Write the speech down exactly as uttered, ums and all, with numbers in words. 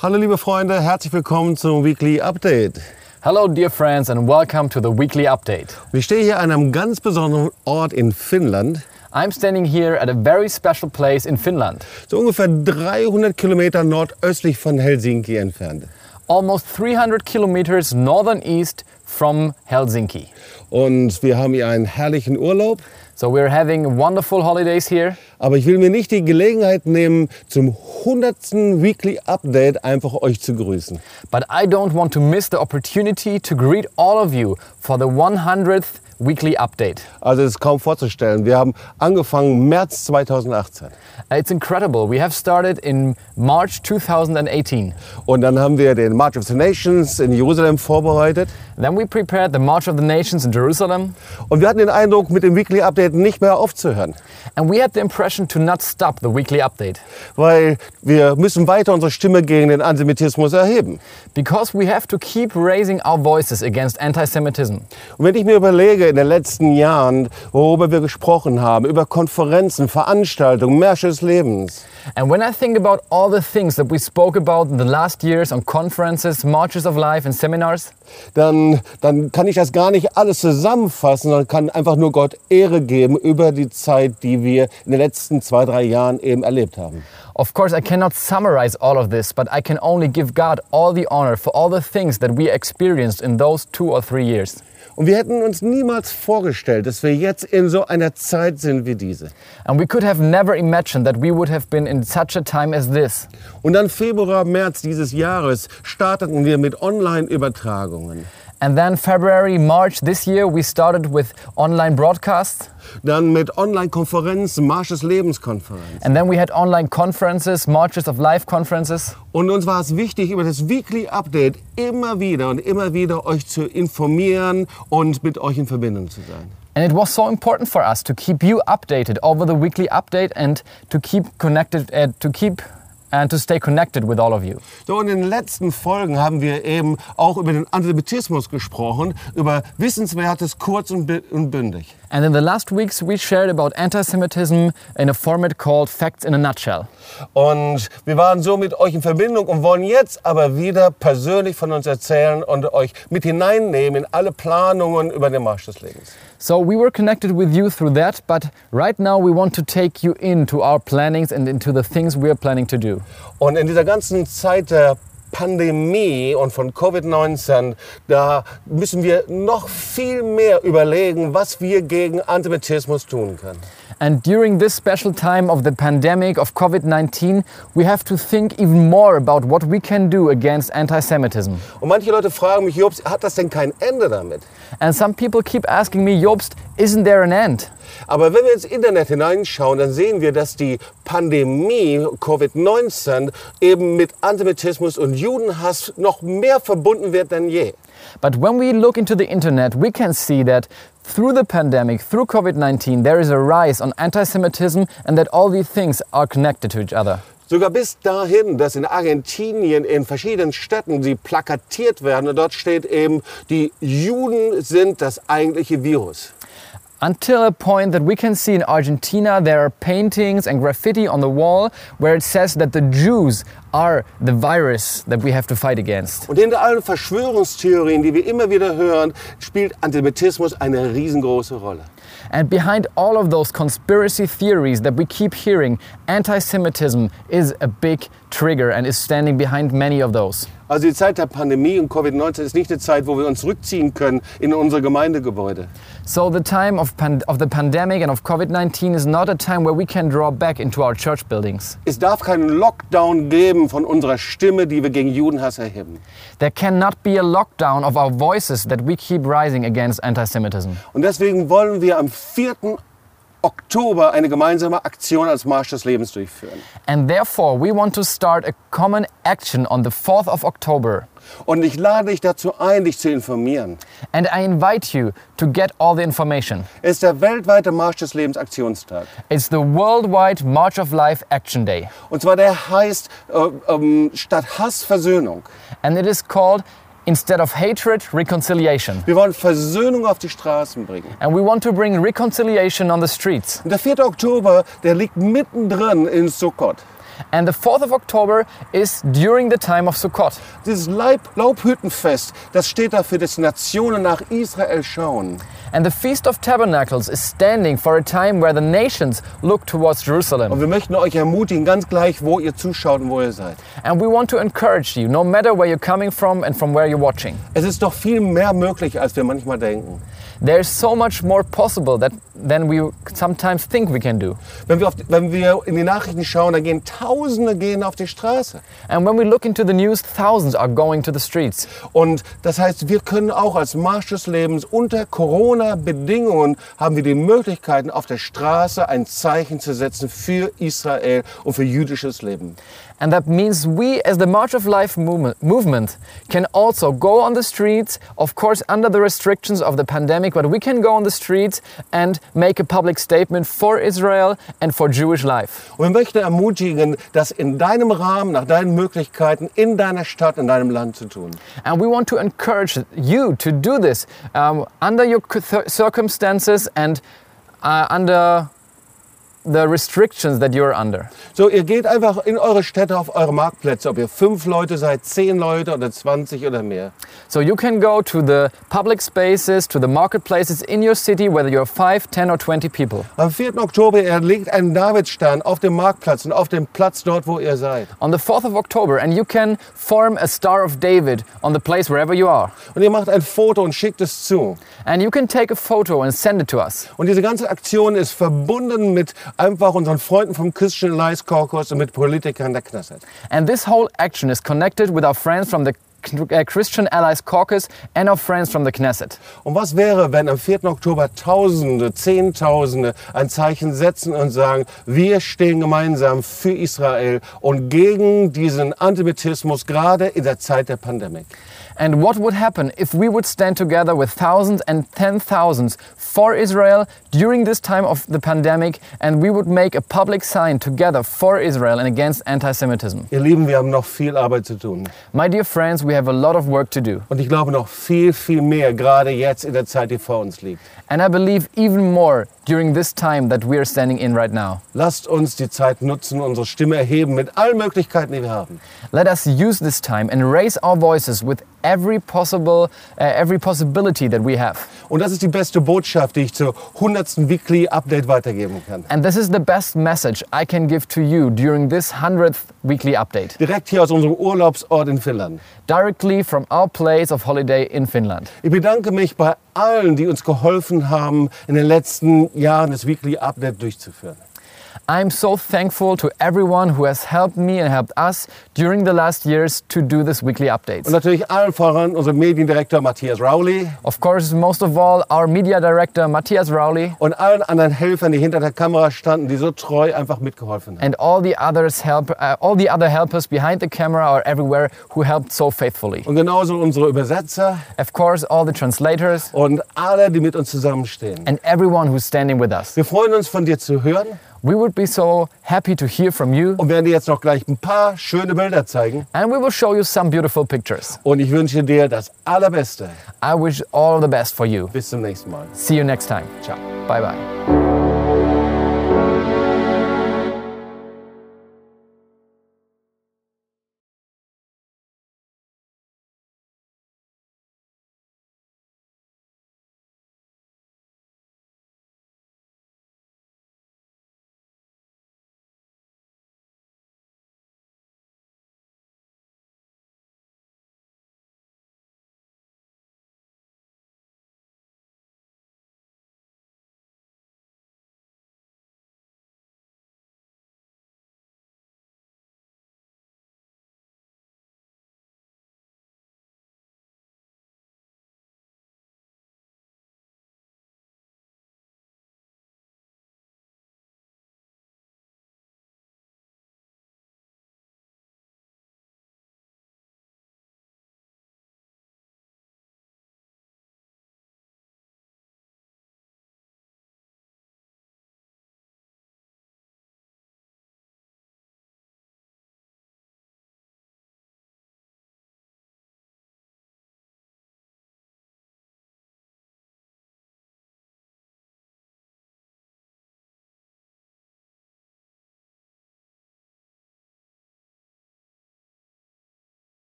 Hallo liebe Freunde, herzlich willkommen zum Weekly Update. Hello dear friends and welcome to the Weekly Update. Ich stehe hier an einem ganz besonderen Ort in Finnland. I'm standing here at a very special place in Finland. So ungefähr dreihundert Kilometer nordöstlich von Helsinki entfernt. Almost three hundred kilometers northern east from Helsinki. Und wir haben hier einen herrlichen Urlaub. So we're having wonderful holidays here. Aber ich will mir nicht die Gelegenheit nehmen, zum hundertsten Weekly Update einfach euch zu grüßen. But I don't want to miss the opportunity to greet all of you for the hundredth Weekly Update. Also es ist kaum vorzustellen. Wir haben angefangen März zweitausendachtzehn. It's incredible. We have started in March two thousand eighteen. Und dann haben wir den March of the Nations in Jerusalem vorbereitet. Then we prepared the March of the Nations in Jerusalem. Und wir hatten den Eindruck, mit dem Weekly Update nicht mehr aufzuhören. And we had the impression to not stop the Weekly Update. Weil wir müssen weiter unsere Stimme gegen den Antisemitismus erheben. Because we have to keep raising our voices against anti-Semitism. Und wenn ich mir überlege, in den letzten Jahren, worüber wir gesprochen haben, über Konferenzen, Veranstaltungen, Märsche des Lebens. And when I think about all the things that we spoke about in the last years on conferences, marches of life and seminars, dann, dann kann ich das gar nicht alles zusammenfassen, sondern kann einfach nur Gott Ehre geben über die Zeit, die wir in den letzten zwei, drei Jahren eben erlebt haben. Of course, I cannot summarize all of this, but I can only give God all the honor for all the things that we experienced in those two or three years. Und wir hätten uns niemals vorgestellt, dass wir jetzt in so einer Zeit sind wie diese. And we could have never imagined that we would have been in such a time as this. Und dann Februar, März dieses Jahres starteten wir mit Online-Übertragungen. And then February, March this year, we started with online broadcasts. Dann mit Online-Konferenzen, Marsch des Lebens-Konferenzen. And then we had online conferences, Marches of Life conferences. Und uns war es wichtig, über das Weekly Update immer wieder und immer wieder euch zu informieren und mit euch in Verbindung zu sein. And it was so important for us to keep you updated over the Weekly Update and to keep connected, uh, to keep and to stay connected with all of you. So, in den letzten Folgen haben wir eben auch über den Antisemitismus gesprochen, über Wissenswertes, kurz und bündig. And in the last weeks we shared about anti-Semitism in a format called Facts in a Nutshell. Und wir waren so mit euch in Verbindung und wollen jetzt aber wieder persönlich von uns erzählen und euch mit hineinnehmen in alle Planungen über den Marsch des Lebens. So we were connected with you through that, but right now we want to take you into our plannings and into the things we are planning to do. Und in dieser ganzen Zeit der Pandemie und von Covid neunzehn, da müssen wir noch viel mehr überlegen, was wir gegen Antisemitismus tun können. And during this special time of the pandemic of COVID nineteen, we have to think even more about what we can do against anti-Semitism. Und manche Leute fragen mich, Jobst, hat das denn kein Ende damit? And some people keep asking me, Jobst, isn't there an end? Aber wenn wir ins Internet hineinschauen, dann sehen wir, dass die Pandemie Covid neunzehn eben mit Antisemitismus und Judenhass noch mehr verbunden wird denn je. But when we look into the internet, we can see that through the pandemic, through COVID nineteen, there is a rise on anti-Semitism and that all these things are connected to each other. Sogar bis dahin, dass in Argentinien in verschiedenen Städten sie plakatiert werden und dort steht eben, die Juden sind das eigentliche Virus. Until a point that we can see in Argentina, there are paintings and graffiti on the wall where it says that the Jews are the virus that we have to fight against. Und hinter allen Verschwörungstheorien, die wir immer wieder hören, spielt Antisemitismus eine riesengroße Rolle. And behind all of those conspiracy theories that we keep hearing, anti-Semitism is a big trigger and is standing behind many of those. Also die Zeit der Pandemie und Covid neunzehn ist nicht eine Zeit, wo wir uns zurückziehen können in unsere Gemeindegebäude. So the time of, pan of the pandemic and of COVID nineteen is not a time where we can draw back into our church buildings. Es darf keinen Lockdown geben von unserer Stimme, die wir gegen Judenhass erheben. There cannot be a lockdown of our voices that we keep rising against anti-Semitism. Und deswegen wollen wir am vierten Oktober eine gemeinsame Aktion als Marsch des Lebens durchführen. And therefore we want to start a common action on the fourth of October. Und ich lade dich dazu ein, dich zu informieren. And I invite you to get all the information. Es ist der weltweite Marsch des Lebens Aktionstag. It's the worldwide March of Life Action Day. Und zwar der heißt äh, ähm, statt Hass Versöhnung. And it is called instead of hatred, reconciliation. Wir wollen Versöhnung auf die Straßen bringen. And we want to bring reconciliation on the streets. Und der vierte Oktober, der liegt mittendrin in Sukkot. And the fourth of October is during the time of Sukkot. Dieses Leib Laubhüttenfest, das steht dafür, dass Nationen nach Israel schauen. And the Feast of Tabernacles is standing for a time where the nations look towards Jerusalem. Und wir möchten euch ermutigen, ganz gleich, wo ihr zuschaut und wo ihr seid. And we want to encourage you, no matter where you're coming from and from where you're watching. Es ist doch viel mehr möglich, als wir manchmal denken. There's so much more possible that, than we sometimes think we can do. Wenn wir, auf, wenn wir in die Nachrichten schauen, dann gehen Tausende gehen auf die Straße. And when we look into the news, thousands are going to the streets. Und das heißt, wir können auch als Marsch des Lebens unter Corona-Bedingungen haben wir die Möglichkeiten, auf der Straße ein Zeichen zu setzen für Israel und für jüdisches Leben. And that means we, as the March of Life movement, movement, can also go on the streets, of course under the restrictions of the pandemic, but we can go on the streets and make a public statement for Israel and for Jewish life. Und wir möchten ermutigen, das in deinem Rahmen, nach deinen Möglichkeiten, in deiner Stadt, in deinem Land zu tun. And we want to encourage you to do this um, under your circumstances and uh, under the restrictions that you're under. So, ihr geht einfach in eure Städte, auf eure Marktplätze, ob ihr fünf Leute seid, zehn Leute oder zwanzig oder mehr. So you can go to the public spaces, to the marketplaces in your city, whether you're five, ten or twenty people. Am vierten Oktober, er legt einen Davidstern auf dem Marktplatz und auf dem Platz dort, wo ihr seid. On the fourth of October, and you can form a Star of David on the place wherever you are. Und ihr macht ein Foto und schickt es zu. And you can take a photo and send it to us. Und diese ganze Aktion ist verbunden mit einfach unseren Freunden vom Christian Alliance Caucus und mit Politikern der Knesset. And this whole action is connected with our friends from the Christian Allies Caucus and our friends from the Knesset. Und was wäre, wenn am vierten Oktober Tausende, Zehntausende ein Zeichen setzen und sagen, wir stehen gemeinsam für Israel und gegen diesen Antisemitismus, gerade in der Zeit der Pandemie. And what would happen if we would stand together with thousands and ten thousands for Israel during this time of the pandemic, and we would make a public sign together for Israel and against anti-Semitism? Ihr Lieben, wir haben noch viel Arbeit zu tun. My dear friends, we have a lot of work to do. Und ich glaube noch viel, viel mehr, gerade jetzt in der Zeit, die vor uns liegt. And I believe even more during this time that we are standing in right now. Lasst uns die Zeit nutzen, unsere Stimme erheben mit allen Möglichkeiten, die wir haben. Let us use this time and raise our voices with every possible, uh, every possibility that we have. Und das ist die beste Botschaft, die ich zur hundertsten Weekly Update weitergeben kann. And this is the best message I can give to you during this hundredth weekly update. Direkt hier aus unserem Urlaubsort in Finnland. Directly from our place of holiday in Finland. Ich bedanke mich bei allen, die uns geholfen haben, in den letzten Jahren das Weekly Update durchzuführen. I'm so thankful to everyone who has helped me and helped us during the last years to do this weekly updates. Und natürlich allen voran unser Mediendirektor Matthias Rowley. Of course, most of all, our media director Matthias Rowley. Und allen anderen Helfern, die hinter der Kamera standen, die so treu einfach mitgeholfen haben. And all the others help, uh, all the other helpers behind the camera or everywhere who helped so faithfully. Und genauso unsere Übersetzer. Of course, all the translators. Und alle, die mit uns zusammenstehen. And everyone who's standing with us. Wir freuen uns, von dir zu hören. We would be so happy to hear from you. Und werden dir jetzt noch gleich ein paar schöne Bilder zeigen. And we will show you some beautiful pictures. Und ich wünsche dir das Allerbeste. I wish all the best for you. Bis zum nächsten Mal. See you next time. Ciao. Bye bye.